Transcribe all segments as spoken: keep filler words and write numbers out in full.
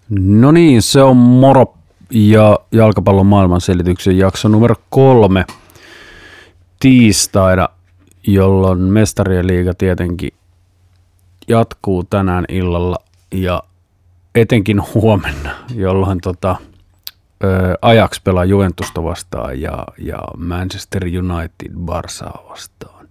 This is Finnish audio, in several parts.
No niin, se on moro ja jalkapallon maailmanselityksen jakso numero kolme tiistaina, jolloin Mestarien liiga tietenkin jatkuu tänään illalla ja etenkin huomenna, jolloin tota, ö, Ajax pelaa Juventusta vastaan ja, ja Manchester United Barsaa vastaan.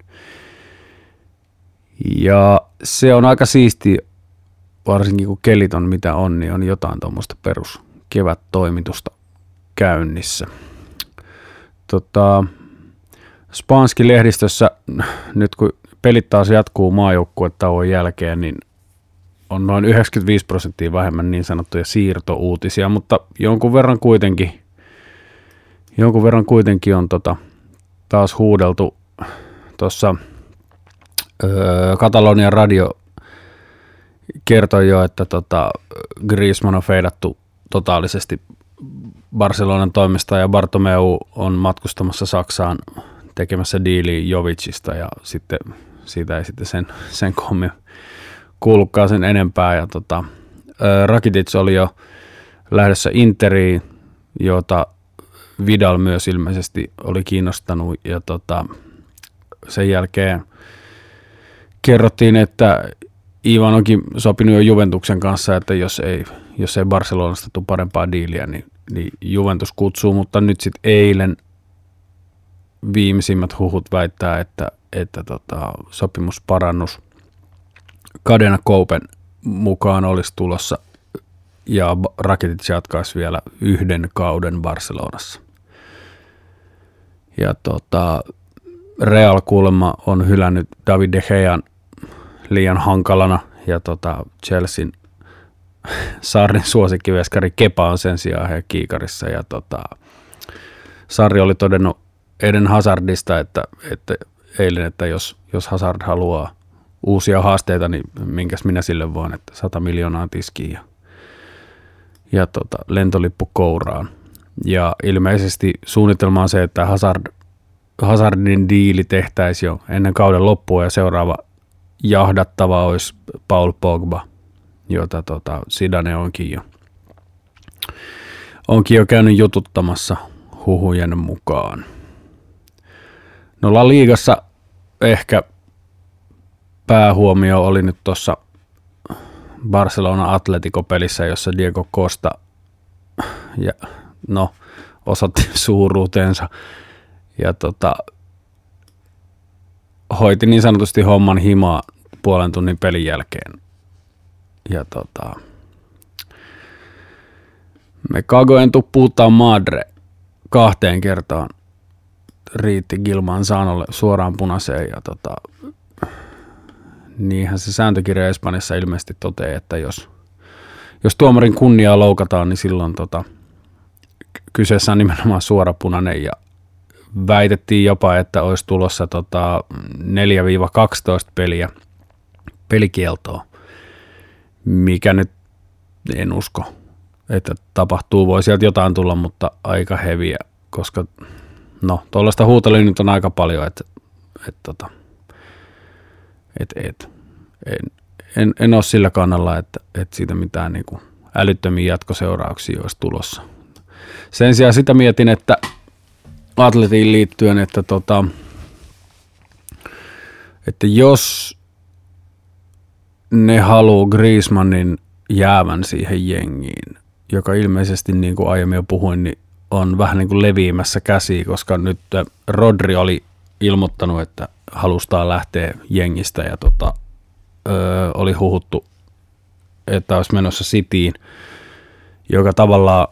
Ja se on aika siistiä, varsinkin kun kelit on mitä on, niin on jotain tuommoista perus kevättoimitusta käynnissä. Tota, Spanskin lehdistössä, nyt kun pelit taas jatkuu maajoukkuetauon jälkeen, niin on noin yhdeksänkymmentäviisi prosenttia vähemmän niin sanottuja siirtouutisia, mutta jonkun verran kuitenkin, jonkun verran kuitenkin on tota, taas huudeltu tuossa öö, Katalonian radio kertoi jo, että tota, Griezmann on feidattu totaalisesti Barcelonan toimesta ja Bartomeu on matkustamassa Saksaan tekemässä diiliä Jovicista ja sitten siitä ei sitten sen, sen kommin kuulukaan sen enempää. Ja tota, Rakitic oli jo lähdössä Interiin, jota Vidal myös ilmeisesti oli kiinnostanut ja tota, sen jälkeen kerrottiin, että Ivan onkin sopinut jo Juventuksen kanssa, että jos ei, jos ei Barcelonasta tule parempaa diiliä, niin, niin Juventus kutsuu, mutta nyt sitten eilen viimeisimmät huhut väittää, että, että tota, sopimusparannus Cadena Copen mukaan olisi tulossa ja Rakitic jatkaisi vielä yhden kauden Barcelonassa. Ja tota, Real kuulemma on hylännyt David De Gean liian hankalana ja tota Chelsean Sarrin suosikkiveskari Kepa on sen sijaan he kiikarissa ja tota, Sarri oli todennut Eden Hazardista, että, että eilen, että jos, jos Hazard haluaa uusia haasteita, niin minkäs minä sille voin, että sata miljoonaa tiskiin ja, ja tota, lentolippu kouraan. Ja ilmeisesti suunnitelma on se, että Hazard, Hazardin diili tehtäisiin jo ennen kauden loppua ja seuraava jahdattava olisi Paul Pogba, jota tota, Zidane onkin jo, onkin jo käynyt jututtamassa huhujen mukaan. No La Ligassa ehkä päähuomio oli nyt tuossa Barcelona Atletico-pelissä, jossa Diego Costa ja, no, osoitti suuruutensa ja tota, hoiti niin sanotusti homman himaa puolen tunnin pelin jälkeen. Ja tota, me kagojen tuppuuttaa Madre kahteen kertaan riitti Gilman Sanolle suoraan punaiseen. Ja tota, niinhän se sääntökirja Espanjassa ilmeisesti toteaa, että jos, jos tuomarin kunniaa loukataan, niin silloin tota, kyseessä on nimenomaan suora punainen ja väitettiin jopa, että olisi tulossa tota neljä kaksitoista peliä pelikieltoa, mikä nyt en usko, että tapahtuu. Voi sieltä jotain tulla, mutta aika heviä, koska no tuollaista huutelua nyt on aika paljon, että et, tota, et, et, en, en, en ole sillä kannalla, että et siitä mitään niinku älyttömiä jatkoseurauksia olisi tulossa. Sen sijaan sitä mietin, että Atletiin liittyen, että, tota, että jos ne haluaa Griezmannin jäävän siihen jengiin, joka ilmeisesti niin kuin aiemmin jo puhuin, niin on vähän niin kuin leviämässä käsiä, koska nyt Rodri oli ilmoittanut, että halustaa lähteä jengistä ja tota, ö, oli huhuttu, että olisi menossa Cityin, joka tavallaan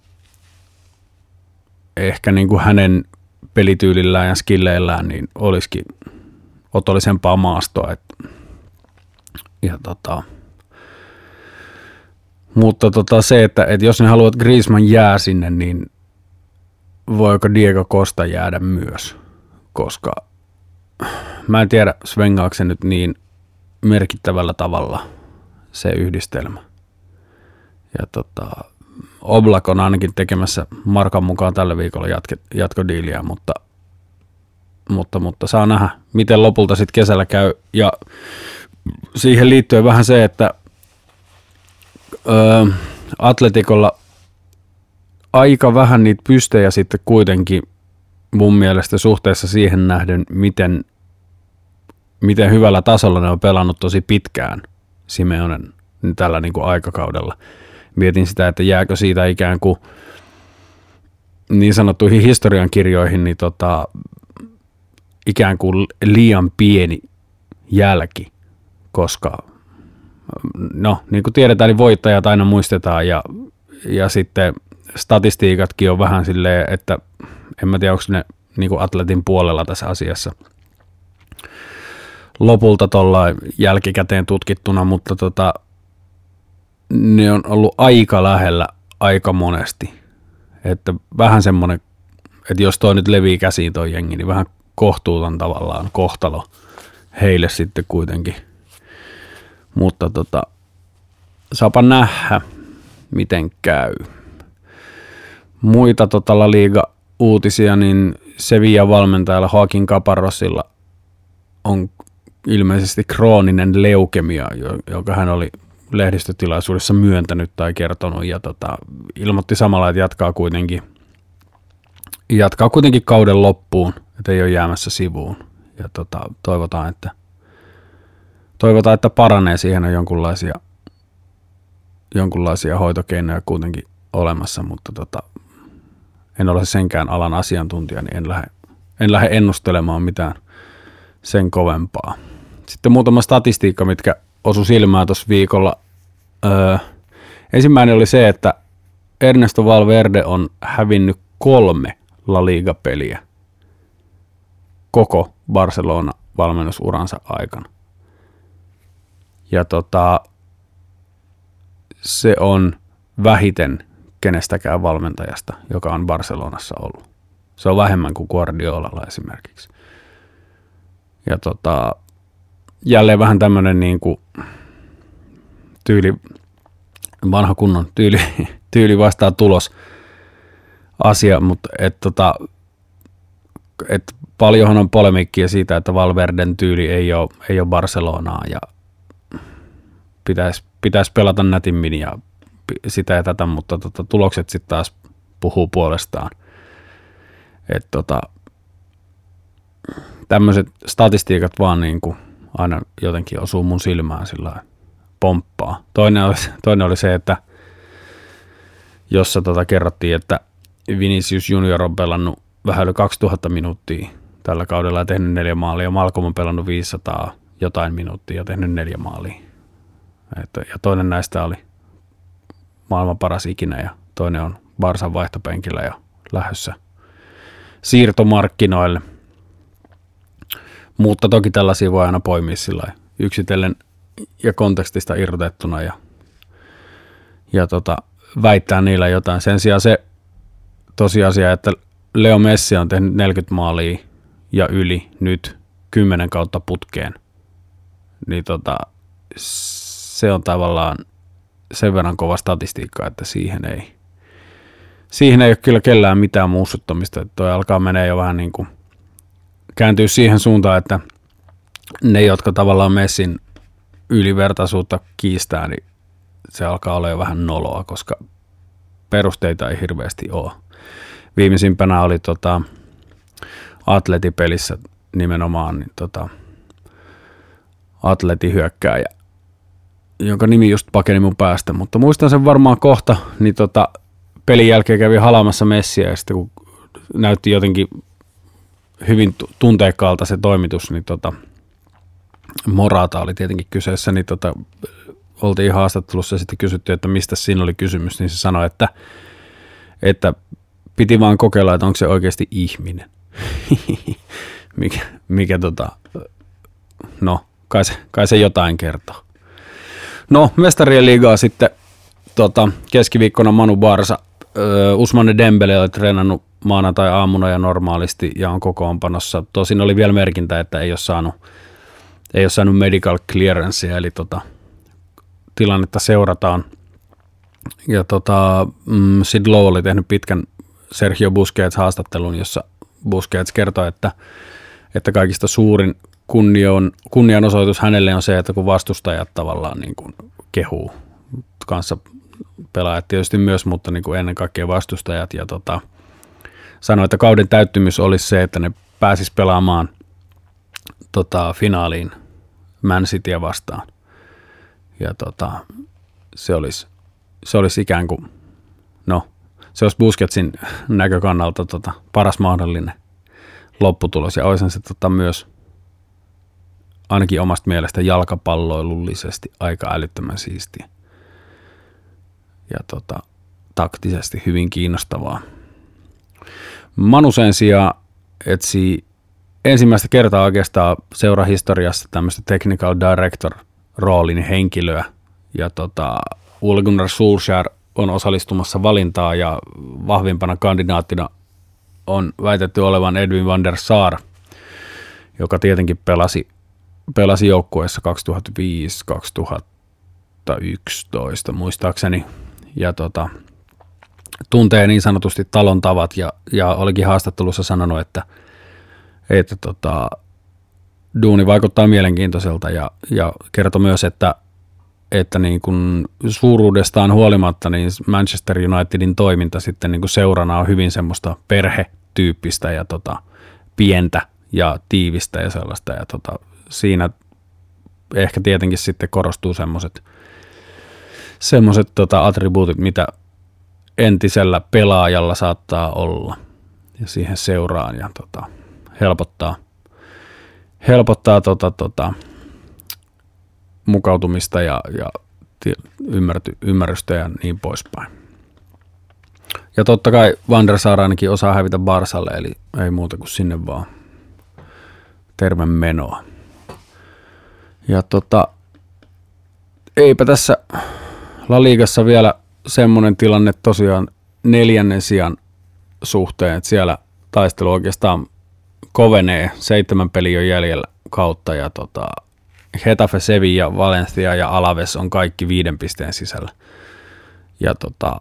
ehkä niin kuin hänen pelityylillään ja skilleillään niin olisikin otollisempaa maastoa. Et, ja tota, mutta tota se, että et jos ne haluat Griezmann jää sinne, niin voiko Diego Costa jäädä myös, koska mä en tiedä svengaako se nyt niin merkittävällä tavalla se yhdistelmä. Ja tota, Oblak on ainakin tekemässä Markan mukaan tällä viikolla jatke, jatkodiiliä, mutta, mutta, mutta saa nähdä, miten lopulta sitten kesällä käy. Ja siihen liittyen vähän se, että öö, Atletikolla aika vähän niitä pystejä sitten kuitenkin mun mielestä suhteessa siihen nähden, miten, miten hyvällä tasolla ne on pelannut tosi pitkään Simeonen tällä niin kuin aikakaudella. Mietin sitä, että jääkö siitä ikään kuin niin sanottuihin historiankirjoihin niin tota, ikään kuin liian pieni jälki, koska no niin kuin tiedetään, niin voittajat aina muistetaan ja, ja sitten statistiikatkin on vähän silleen, että en mä tiedä, onko ne niin kuin Atletin puolella tässä asiassa lopulta tuolla jälkikäteen tutkittuna, mutta tota, ne on ollut aika lähellä aika monesti. Että vähän semmoinen, että jos toi nyt levii käsiin toi jengi, niin vähän kohtuuton tavallaan kohtalo heille sitten kuitenkin. Mutta tota, saapa nähdä, miten käy. Muita tota La Liga-uutisia, niin Sevillan valmentajalla Joaquin Caparrosilla on ilmeisesti krooninen leukemia, joka hän oli lehdistötilaisuudessa myöntänyt tai kertonut, ja tota, ilmoitti samalla, että jatkaa kuitenkin, jatkaa kuitenkin kauden loppuun, että ei ole jäämässä sivuun. Ja tota, toivotaan, että, toivotaan, että paranee, siihen on jonkunlaisia, jonkunlaisia hoitokeinoja kuitenkin olemassa, mutta tota, en ole senkään alan asiantuntija, niin en lähde, en lähde ennustelemaan mitään sen kovempaa. Sitten muutama statistiikka, mitkä osu silmään tuossa viikolla. Öö, ensimmäinen oli se, että Ernesto Valverde on hävinnyt kolme La Liga-peliä koko Barcelona-valmennusuransa aikana. Ja tota, se on vähiten kenestäkään valmentajasta, joka on Barcelonassa ollut. Se on vähemmän kuin Guardiolalla esimerkiksi. Ja tota, jälleen vähän tämmöinen niin kuin tyyli, vanha kunnon tyyli, tyyli vastaa tulos asia, mutta et tota, et paljonhan on polemiikkia siitä, että Valverden tyyli ei ole, ei ole Barcelonaa ja pitäisi pitäis pelata nätimmin ja sitä ja tätä, mutta tota, tulokset sitten taas puhuu puolestaan. Et tota, tämmöiset statistiikat vaan niin kuin aina jotenkin osuu mun silmään sillä pomppaa. Toinen oli, toinen oli se, että jossa tota kerrottiin, että Vinicius Junior on pelannut vähän yli kaksituhatta minuuttia tällä kaudella ja tehnyt neljä maalia. Malcolm on pelannut viisisataa jotain minuuttia ja tehnyt neljä maalia. Että, ja toinen näistä oli maailman paras ikinä ja toinen on Barsan vaihtopenkillä ja lähdössä siirtomarkkinoille. Mutta toki tällaisia voi aina poimia sillä yksitellen ja kontekstista irrotettuna ja, ja tota, väittää niillä jotain. Sen sijaan se tosiasia, että Leo Messi on tehnyt neljäkymmentä maalia ja yli nyt kymmenen kautta putkeen, niin tota, se on tavallaan sen verran kova statistiikka, että siihen ei, siihen ei ole kyllä kellään mitään muustuttamista. Että toi alkaa menee jo vähän niin kuin kääntyy siihen suuntaan, että ne, jotka tavallaan Messin ylivertaisuutta kiistää, niin se alkaa olla jo vähän noloa, koska perusteita ei hirveästi ole. Viimeisimpänä oli tota Atleti-pelissä nimenomaan niin tota Atleti-hyökkääjä, jonka nimi just pakeni mun päästä, mutta muistan sen varmaan kohta, niin tota pelin jälkeen kävi halaamassa Messiä ja sitten kun näytti jotenkin hyvin tunteikkaalta se toimitus, niin tota, Morata oli tietenkin kyseessä, niin tota, oltiin haastattelussa ja sitten kysyttiin, että mistä siinä oli kysymys, niin se sanoi, että, että piti vaan kokeilla, että onko se oikeasti ihminen. mikä, mikä tota, no, kai se, kai se jotain kertoo. No, Mestarien liigaa sitten tota, keskiviikkona Manu Barsa, ö, Ousmane Dembele oli treenannut maanantai-aamuna ja normaalisti ja on kokoonpanossa. Tosin oli vielä merkintä, että ei ole saanut, ei ole saanut medical clearancea, eli tota, tilannetta seurataan. Ja tota, mm, Sid Lowe oli tehnyt pitkän Sergio Busquets-haastattelun, jossa Busquets kertoi, että, että kaikista suurin kunnion, kunnianosoitus hänelle on se, että kun vastustajat tavallaan niin kuin kehuu kanssa pelaajat tietysti myös, mutta niin kuin ennen kaikkea vastustajat. Ja tota, sanoi, että kauden täyttymys olisi se, että ne pääsis pelaamaan tota, finaaliin Man Cityä vastaan. Ja tota, se olisi, se olisi ikään kuin, no se olisi Busquetsin näkökannalta tota, paras mahdollinen lopputulos. Ja olisi se tota, myös ainakin omasta mielestä jalkapalloilullisesti aika älyttömän siistiä. Ja tota, taktisesti hyvin kiinnostavaa. Manu sen sijaan etsii ensimmäistä kertaa oikeastaan seurahistoriassa tämmöistä technical director-roolin henkilöä. Ja tota, Ole Gunnar Solskjaer on osallistumassa valintaan ja vahvimpana kandidaattina on väitetty olevan Edwin van der Sar, joka tietenkin pelasi, pelasi joukkueessa kaksituhattaviisi kaksituhattayksitoista muistaakseni. Ja tota, tuntee niin sanotusti talon tavat ja, ja olikin haastattelussa sanonut, että, että tota, duuni vaikuttaa mielenkiintoiselta ja, ja kertoi myös, että, että niin kuin suuruudestaan huolimatta niin Manchester Unitedin toiminta sitten niin kuin seurana on hyvin semmoista perhetyyppistä ja tota, pientä ja tiivistä ja sellaista. Ja tota, siinä ehkä tietenkin sitten korostuu semmoiset semmoiset tota, attribuutit, mitä entisellä pelaajalla saattaa olla ja siihen seuraan ja tota, helpottaa, helpottaa tota, tota, mukautumista ja, ja ymmärty, ymmärrystä ja niin poispäin. Ja totta kai Van der Sar ainakin osaa hävitä Barsalle, eli ei muuta kuin sinne vaan terve menoa. Ja tota, eipä tässä La Ligassa vielä semmoinen tilanne tosiaan neljännen sijan suhteen, että siellä taistelu oikeastaan kovenee, seitsemän peliä on jäljellä kautta ja tota, Getafe, Sevilla, Valencia ja Alaves on kaikki viiden pisteen sisällä. Ja tota,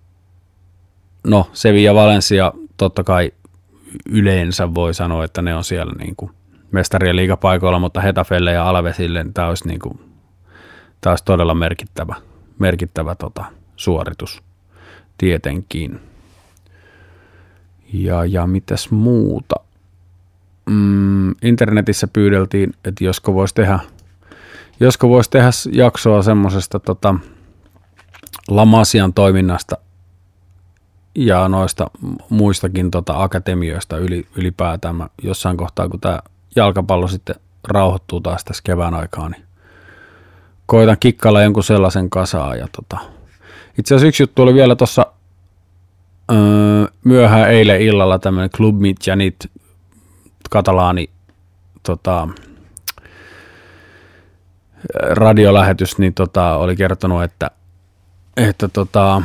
no Sevilla ja Valencia totta kai yleensä voi sanoa, että ne on siellä niin kuin mestarien liigapaikoilla, mutta Getafelle ja Alavesille niin tämä olisi, niin kuin, tämä olisi todella merkittävä, merkittävä tota, suoritus tietenkin. Ja, ja mitäs muuta? Mm, internetissä pyydeltiin, että josko voisi tehdä, josko voisi tehdä jaksoa semmoisesta tota, La Masian toiminnasta ja noista muistakin tota, akatemioista yli, ylipäätään. Mä jossain kohtaa, kun tämä jalkapallo sitten rauhoittuu taas tässä kevään aikaa, niin koitan kikkailla jonkun sellaisen kasaa. Ja tota, itse asiassa yksi juttu oli vielä tuossa öö, myöhään eilen illalla tämmöinen Club Midjanit katalaani tota, radiolähetys, niin tota, oli kertonut, että, että tota,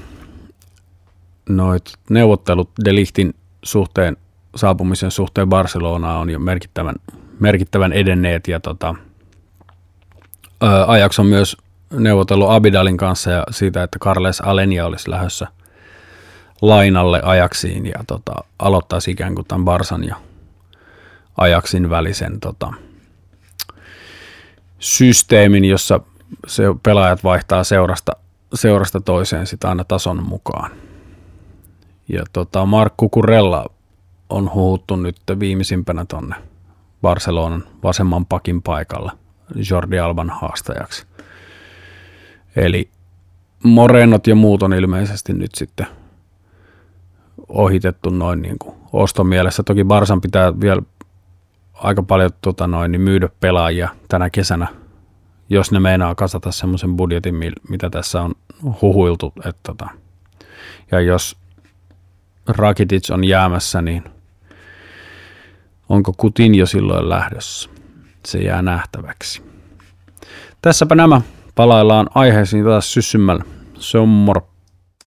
noit neuvottelut De Lichtin suhteen, saapumisen suhteen Barcelonaan on jo merkittävän, merkittävän edenneet ja tota, ää, Ajax on myös neuvotellut Abidalin kanssa ja siitä, että Carles Alenia olisi lähdössä lainalle Ajaxiin ja tota, aloittaisi ikään kuin tämän Barsan ja Ajaxin välisen tota, systeemin, jossa se pelaajat vaihtaa seurasta, seurasta toiseen sitä aina tason mukaan. Ja tota, Marc Cucurella on huhuttu nyt viimeisimpänä tonne Barcelonan vasemman pakin paikalla Jordi Alban haastajaksi. Eli Morenot ja muut on ilmeisesti nyt sitten ohitettu noin niin kuin ostomielessä. Toki Barsan pitää vielä aika paljon tota noin, niin myydä pelaajia tänä kesänä, jos ne meinaa kasata semmoisen budjetin, mitä tässä on huhuiltu. Että tota. Ja jos Rakitic on jäämässä, niin onko Coutinho silloin lähdössä? Se jää nähtäväksi. Tässäpä nämä. Palaillaan aiheisiin taas syssymmällä. Se on moro.